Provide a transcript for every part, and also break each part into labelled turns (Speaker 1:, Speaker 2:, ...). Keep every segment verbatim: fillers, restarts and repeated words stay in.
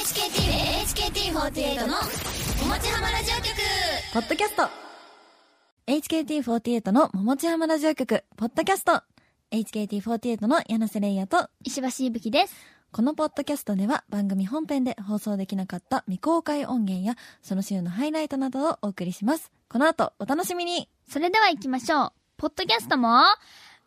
Speaker 1: チケーティー エイチケーティーフォーティーエイト のおもちはまラジオ局
Speaker 2: ポッドキャスト エイチケーティーフォーティーエイト のももちはまラジオ局ポッドキャスト エイチケーティーフォーティーエイト の柳瀬玲也と
Speaker 3: 石橋いぶきです。
Speaker 2: このポッドキャストでは番組本編で放送できなかった未公開音源やその週のハイライトなどをお送りします。この後お楽しみに。
Speaker 3: それでは行きましょう。ポッドキャストもママ局。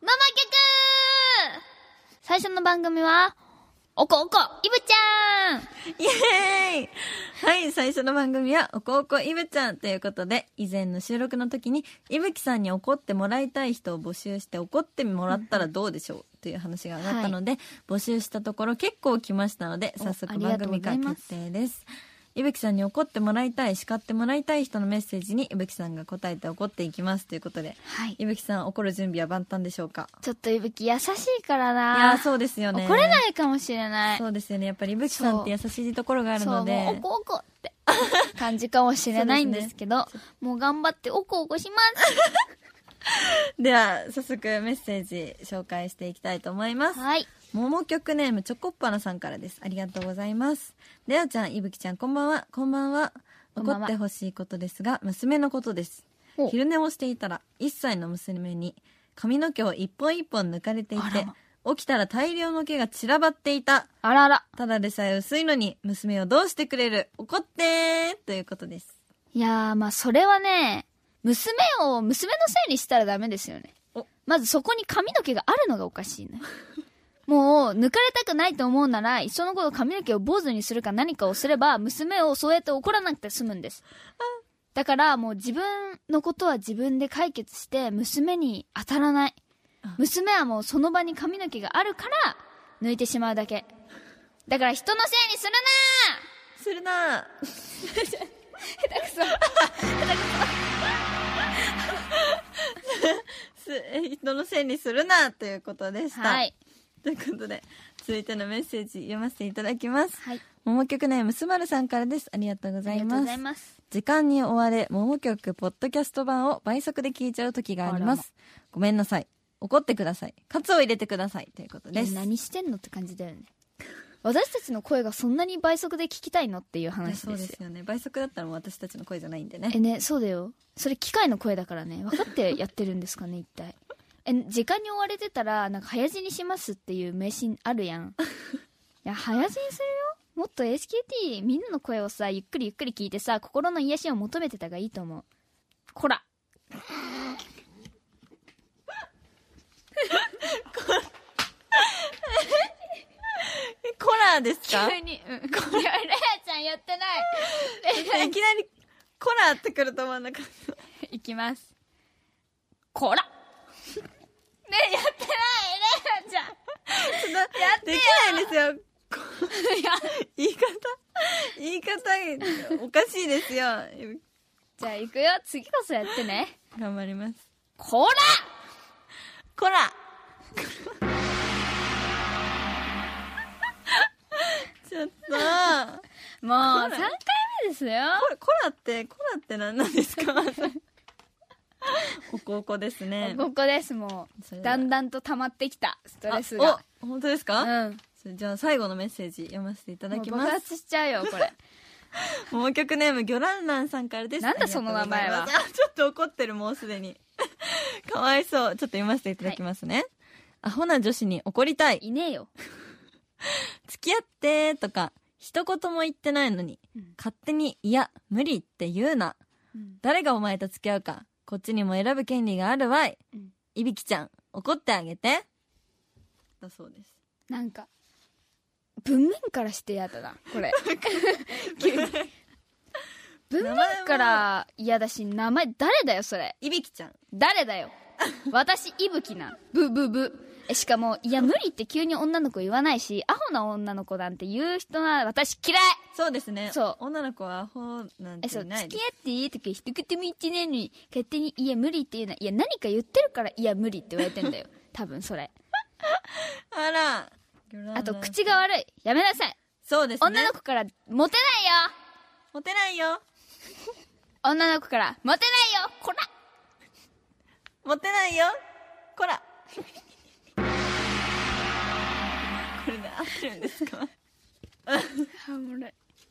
Speaker 3: 最初の番組はおこおこいぶちゃん。
Speaker 2: イエーイ。はい、最初の番組はおこおこいぶちゃんということで、以前の収録の時にいぶきさんに怒ってもらいたい人を募集して怒ってもらったらどうでしょうという話が上がったので、はい、募集したところ結構来ましたので早速番組化決定です。いぶきさんに怒ってもらいたい、叱ってもらいたい人のメッセージにいぶきさんが答えて怒っていきますということで、はい、いぶきさん怒る準備は万端でしょうか？
Speaker 3: ちょっといぶき優しいからな。
Speaker 2: いやそうですよね。
Speaker 3: 怒れないかもしれない。
Speaker 2: そうですよね。やっぱりいぶきさんって優しいところがあるので、
Speaker 3: そう、もうおこおこって感じかもしれないんですけど、ね、もう頑張っておこおこします
Speaker 2: では早速メッセージ紹介していきたいと思います。
Speaker 3: はい。
Speaker 2: もも曲ネームチョコッパナさんからです。ありがとうございます。レアちゃん、いぶきちゃん、こんばんは。こんばんは。怒ってほしいことですが、娘のことです。昼寝をしていたらいっさいの娘に髪の毛を一本一本抜かれていて、起きたら大量の毛が散らばっていた。
Speaker 3: あらら。
Speaker 2: ただでさえ薄いのに娘をどうしてくれる？怒ってーということです。
Speaker 3: いやー、まあそれはね、娘を娘のせいにしたらダメですよね。まずそこに髪の毛があるのがおかしいね。もう抜かれたくないと思うなら、いっそのこと髪の毛を坊主にするか何かをすれば娘をそうやって怒らなくて済むんです。だからもう自分のことは自分で解決して娘に当たらない。娘はもうその場に髪の毛があるから抜いてしまうだけ。だから人のせいにするな
Speaker 2: するな
Speaker 3: 下手くそ下手く
Speaker 2: そ人のせいにするなということでした。
Speaker 3: はい。
Speaker 2: ということで続いてのメッセージ読ませていただきます。
Speaker 3: はい。
Speaker 2: もも曲ネームすまるさんからです。ありがとうございます。
Speaker 3: ありがとうございます。時
Speaker 2: 間に追われもも曲ポッドキャスト版を倍速で聞いちゃう時があります。ごめんなさい。怒ってください。カツを入れてくださいということです。
Speaker 3: 何してんのって感じだよね。私たちの声がそんなに倍速で聞きたいのっていう話ですよ。
Speaker 2: そうですよね。倍速だったらもう私たちの声じゃないんでね。
Speaker 3: えね、そうだよ。それ機械の声だからね。分かってやってるんですかね一体。え、時間に追われてたらなんか早死にしますっていう名シーンあるやん。いや早死にするよ。もっと エイチケーティー みんなの声をさゆっくりゆっくり聞いてさ心の癒しを求めてたがいいと思う。こら
Speaker 2: コラーですか？
Speaker 3: 急に、うん、いやレアちゃんやってない
Speaker 2: いきなりコラーってくると思わなかった
Speaker 3: いきます。こらねえやってないレアちゃんやってよ。
Speaker 2: できないですよ。いや言い方言い方おかしいですよ。
Speaker 3: じゃあ行くよ。次こそやってね。
Speaker 2: 頑張ります。
Speaker 3: こら
Speaker 2: こらちょっと
Speaker 3: もうさんかいめですよ。
Speaker 2: コラってコラって何なんですか？おこおこですね。
Speaker 3: おここです。もうだんだんと溜まってきたストレスが。
Speaker 2: お本当ですか？
Speaker 3: うん。
Speaker 2: じゃあ最後のメッセージ読ませていただきます。
Speaker 3: 爆発しちゃうよこれ。
Speaker 2: もも曲ネームギョランランさんからです。
Speaker 3: なんだその名前は。
Speaker 2: ちょっと怒ってるもうすでにかわいそう。ちょっと読ませていただきますね、はい、アホな女子に怒りたい。
Speaker 3: いねえよ。
Speaker 2: 付き合ってとか一言も言ってないのに、うん、勝手にいや無理って言うな、うん、誰がお前と付き合うかこっちにも選ぶ権利があるわい、うん、いびきちゃん怒ってあげてだそうです。
Speaker 3: なんか文面からして嫌だなこれ急に文面から嫌だし名前誰だよそれ。
Speaker 2: いびきちゃん
Speaker 3: 誰だよ私いぶきなブブブ。えしかもいや無理って急に女の子言わないしアホな女の子なんて言う人は私嫌い。
Speaker 2: そうですね。
Speaker 3: そう
Speaker 2: 女の子はアホなんていないです。
Speaker 3: えそう付き合っていいとか一言も言ってないのに勝手にいや無理って言うの。いや何か言ってるからいや無理って言われてんだよ多分それ
Speaker 2: あら
Speaker 3: あと口が悪い。やめなさい。
Speaker 2: そうですね。
Speaker 3: 女の子からモテないよ。
Speaker 2: モテないよ。
Speaker 3: 女の子からモテないよ。こら
Speaker 2: モテないよ。こらこれで合ってるんですか？
Speaker 3: おもろい。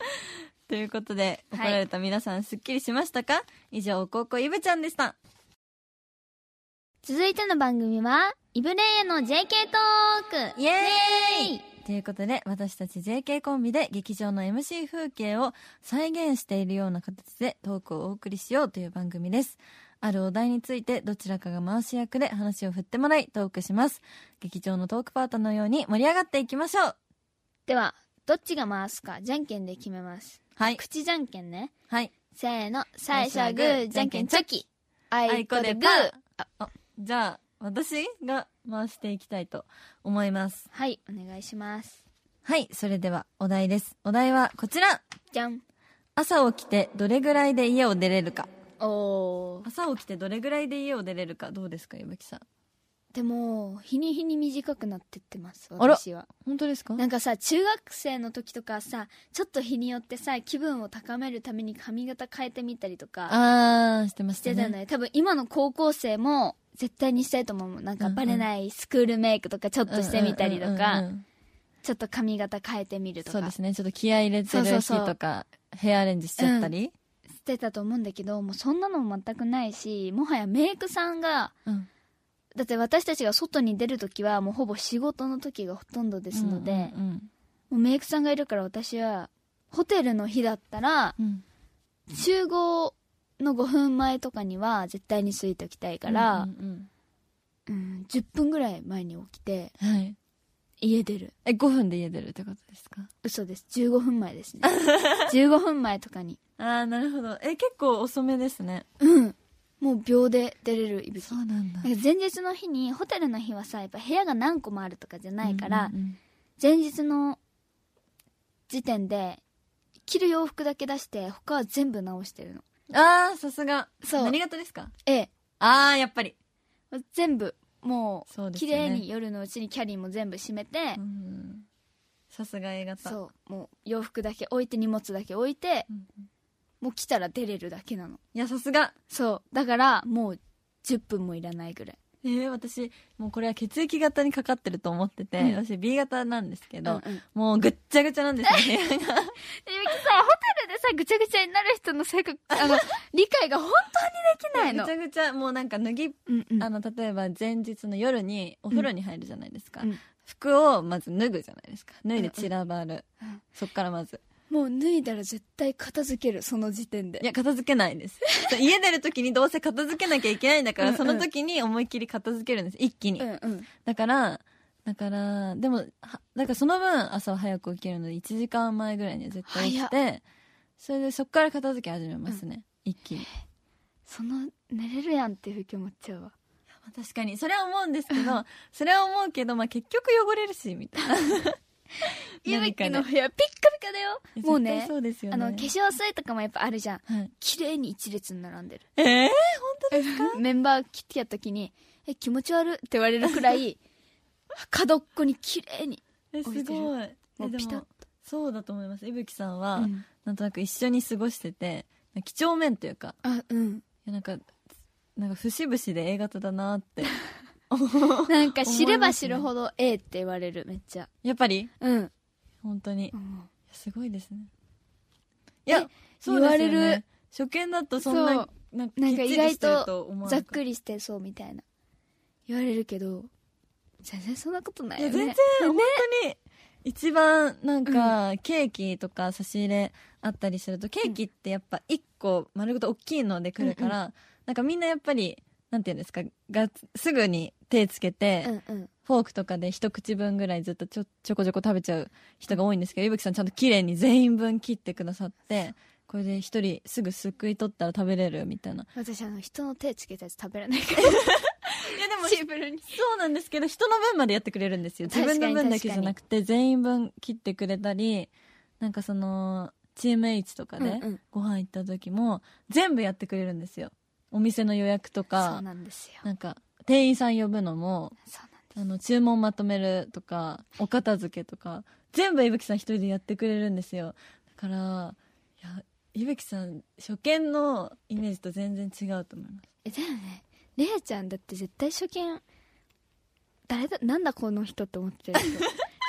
Speaker 2: ということで、
Speaker 3: はい
Speaker 2: 怒られた皆さんすっきりしましたか？以上、おこおこイブちゃんでした。
Speaker 3: 続いての番組は、イブレイへの ジェーケー トーク
Speaker 2: イエーイ
Speaker 3: イエーイ
Speaker 2: ということで、私たち ジェーケー コンビで劇場の エムシー 風景を再現しているような形でトークをお送りしようという番組です。あるお題についてどちらかが回し役で話を振ってもらいトークします。劇場のトークパートのように盛り上がっていきましょう。
Speaker 3: では、どっちが回すか、じゃんけんで決めます。
Speaker 2: はい。
Speaker 3: 口じゃんけんね。
Speaker 2: はい。
Speaker 3: せーの、最初はグー、じゃんけんチョキ。あいこでグー。
Speaker 2: あ、あ、じゃあ、私が回していきたいと思います。
Speaker 3: はい、お願いします。
Speaker 2: はい、それではお題です。お題はこちら。
Speaker 3: じゃん。
Speaker 2: 朝起きてどれぐらいで家を出れるか。
Speaker 3: おー。
Speaker 2: 朝起きてどれぐらいで家を出れるか、どうですか、ゆぶきさん。
Speaker 3: でも、日に日に短くなってってます、私は。
Speaker 2: 本当ですか？
Speaker 3: なんかさ、中学生の時とかさ、ちょっと日によってさ、気分を高めるために髪型変えてみたりとか。
Speaker 2: あー、してましたね。
Speaker 3: してたのよ。多分今の高校生も絶対にしたいと思う。なんかバレないスクールメイクとかちょっとしてみたりとか、ちょっと髪型変えてみるとか。
Speaker 2: そうですね。ちょっと気合い入れてる日とか、ヘアアレンジしちゃったり、
Speaker 3: うん、してたと思うんだけど、もうそんなのも全くないし、もはやメイクさんが、うんだって私たちが外に出るときはもうほぼ仕事の時がほとんどですので、うんうんうん、もうメイクさんがいるから私はホテルの日だったら、うん、集合のごふんまえとかには絶対についておきたいから、うんうんうん、じゅっぷんぐらい前に起きて、はい、家出る。
Speaker 2: え、ごふんで家出るってことですか？
Speaker 3: 嘘です。じゅうごふんまえですね。じゅうごふんまえとかに。
Speaker 2: あー、なるほど。え、結構遅めですね。
Speaker 3: うん。もう秒で出れるいぶき。
Speaker 2: そうなんだ。
Speaker 3: 前日の日に、ホテルの日はさ、やっぱ部屋が何個もあるとかじゃないから、うんうんうん、前日の時点で着る洋服だけ出して他は全部直してるの。
Speaker 2: あー、さすが。
Speaker 3: そう。
Speaker 2: 何型ですか？
Speaker 3: ええ。
Speaker 2: あー、やっぱり
Speaker 3: 全部もう、
Speaker 2: そうですね、
Speaker 3: 綺麗に夜のうちにキャリーも全部閉めて、
Speaker 2: さすが A 型。
Speaker 3: そうもう洋服だけ置いて荷物だけ置いて、うんうん、もう来たら出れるだけなの。
Speaker 2: いや、さすが。
Speaker 3: そうだからもうじゅっぷんもいらないぐらい。
Speaker 2: えー、私もうこれは血液型にかかってると思ってて、うん、私 B 型なんですけど、うんうん、もうぐっちゃぐちゃなんですね部屋が。ゆきさ、ホテル
Speaker 3: でさぐちゃぐちゃになる人の性格あの理解が本当にできないの。
Speaker 2: ぐちゃぐちゃ、もうなんか脱ぎ、うんうん、あの例えば前日の夜にお風呂に入るじゃないですか、うん、服をまず脱ぐじゃないですか。脱いで散らばる、うんうん、そっからまず
Speaker 3: もう脱いだら絶対片付ける、その時点で。
Speaker 2: いや、片付けないです。家出るときにどうせ片付けなきゃいけないんだから、うんうん、その時に思いっきり片付けるんです。一気に。うんうん、だから、だから、でも、だからその分朝は早く起きるので、いちじかんまえぐらいには絶対起きて、それでそっから片付け始めますね。うん、一気に。
Speaker 3: その、寝れるやんっていう風に思っちゃうわ。
Speaker 2: 確かに、それは思うんですけど、それは思うけど、まあ結局汚れるし、みたいな。
Speaker 3: いぶきの部屋ピッカピカだよ。もうね、
Speaker 2: そうですよね、
Speaker 3: あの化粧水とかもやっぱあるじゃん、はい、綺麗に一列に並んでる。
Speaker 2: えー、本当ですか？
Speaker 3: メンバー来てやった時にえ気持ち悪って言われるくらい角っこに綺麗に置いてる。
Speaker 2: えすごい。
Speaker 3: もうピタッと。
Speaker 2: そうだと思います。いぶきさんは、うん、なんとなく一緒に過ごしてて几帳面というか、
Speaker 3: あ、うん、
Speaker 2: いやなんかなんか節々で A 型だなって
Speaker 3: なんか知れば知るほど A って言われる。めっちゃ
Speaker 2: やっぱり、
Speaker 3: うん
Speaker 2: 本当に、
Speaker 3: うん、
Speaker 2: すごいですね。いや、そうですよね、言われる。初見だとそんな
Speaker 3: なんか意外とざっくりしてそうみたいな言われるけど、全然そんなことないよね。
Speaker 2: いや全然、ね、本当に一番なんか、うん、ケーキとか差し入れあったりすると、ケーキってやっぱ一個丸ごと大きいので来るから、うんうん、なんかみんなやっぱりなんていうんですか、がすぐに手つけて、うんうん、フォークとかで一口分ぐらいずっとちょちょこちょこ食べちゃう人が多いんですけど、いぶきさんちゃんと綺麗に全員分切ってくださって、これで一人すぐすくい取ったら食べれるみたいな。
Speaker 3: 私あの人の手つけたやつ食べれないからいやでもシンプルに
Speaker 2: そうなんですけど、人の分までやってくれるんですよ。自分の分だけじゃなくて全員分切ってくれたり、なんかそのチーム H とかでご飯行った時も全部やってくれるんですよ。お店の予約とか、
Speaker 3: そうなんですよ。
Speaker 2: なんか店員さん呼ぶのも、そうなんです。あの注文まとめるとかお片付けとか全部いぶきさん一人でやってくれるんですよ。だからいやいぶきさん初見のイメージと全然違うと思います。
Speaker 3: えだよね。れいちゃんだって絶対初見誰だなんだこの人って思ってる人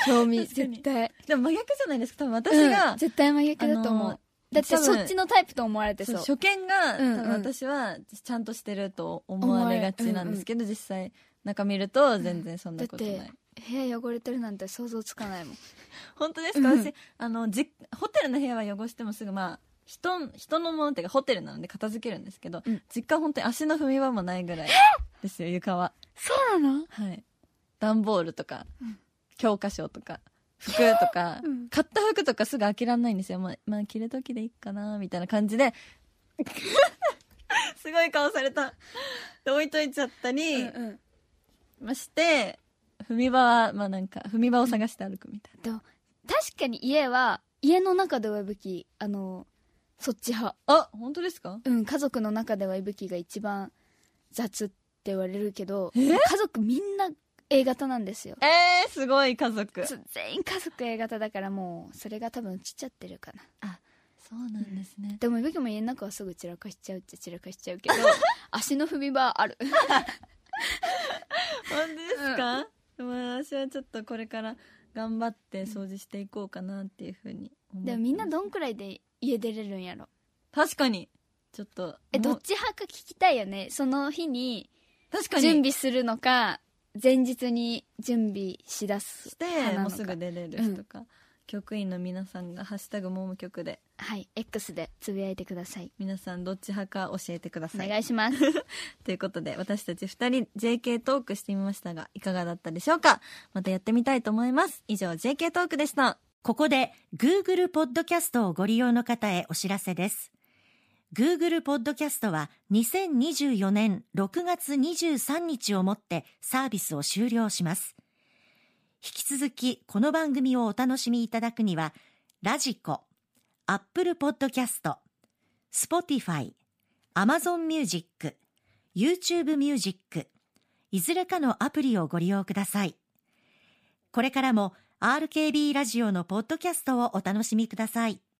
Speaker 3: 賞味
Speaker 2: 確かに
Speaker 3: 絶対。
Speaker 2: でも真逆じゃないですか、多分私が、
Speaker 3: うん、絶対真逆だと思う。
Speaker 2: あの
Speaker 3: だって
Speaker 2: 多分
Speaker 3: そっちのタイプと思われてそう。
Speaker 2: そう初見が、
Speaker 3: うんうん
Speaker 2: 多分私はちゃんとしてると思われがちなんですけど、実際中見ると全然そんなことない、
Speaker 3: だって部屋汚れてるなんて想像つかないもん。
Speaker 2: 本当ですか？
Speaker 3: うん
Speaker 2: 私あのじホテルの部屋は汚してもすぐまあ人人のものっていうかホテルなので片付けるんですけど、
Speaker 3: うん
Speaker 2: 実家は本当に足の踏み場もないぐらいですよ、床は。
Speaker 3: そうなの？
Speaker 2: はい、段ボールとか、
Speaker 3: うん
Speaker 2: 教科書とか服とか、
Speaker 3: うん
Speaker 2: 買った服とかすぐ開けらんないんですよ。まあ、まあ、着る時でいいかなみたいな感じですごい顔されたで置いといちゃったり、
Speaker 3: うんうん。
Speaker 2: まして踏み場はまあなんか踏み場を探して歩くみたいな、
Speaker 3: でも確かに家は家の中ではいぶきあのそっち派。
Speaker 2: あ、本当ですか？
Speaker 3: うん家族の中ではいぶきが一番雑って言われるけど、
Speaker 2: え
Speaker 3: 家族みんな A 型なんですよ。
Speaker 2: えー、すごい家族。
Speaker 3: そう全員家族 A 型だからもうそれが多分ちっちゃってるかな。
Speaker 2: あ、そうなんですね。
Speaker 3: でもいぶきも家の中はすぐ散らかしちゃうっちゃ散らかしちゃうけど足の踏み場ある
Speaker 2: 本当ですか？でも私はちょっとこれから頑張って掃除していこうかなっていうふうに思ってます。
Speaker 3: でもみんなどんくらいで家出れるんやろ。
Speaker 2: 確かにちょっと
Speaker 3: えど
Speaker 2: もう
Speaker 3: っち派か聞きたいよね。その日に
Speaker 2: 確かに
Speaker 3: 準備するのか前日に準備しだす
Speaker 2: して
Speaker 3: 派なのか。
Speaker 2: もうすぐ出れる人か、局員の皆さんがハッシュタグモーム局で
Speaker 3: はい X でつぶやいてください。
Speaker 2: 皆さんどっち派か教えてくだ
Speaker 3: お
Speaker 2: さい。
Speaker 3: 願いします
Speaker 2: ということで私たちふたり ジェーケー トークしてみましたがいかがだったでしょうか。またやってみたいと思います。以上 ジェーケー トークでした。
Speaker 4: ここで Google ポッドキャストをご利用の方へお知らせです。Google ポッドキャストはにせんにじゅうよねんろくがつにじゅうさんにちをもってサービスを終了します。引き続きこの番組をお楽しみいただくにはラジコ、Apple ポッドキャスト、Spotify、Amazon Music、YouTube Music、いずれかのアプリをご利用ください。これからも アールケービー ラジオのポッドキャストをお楽しみください。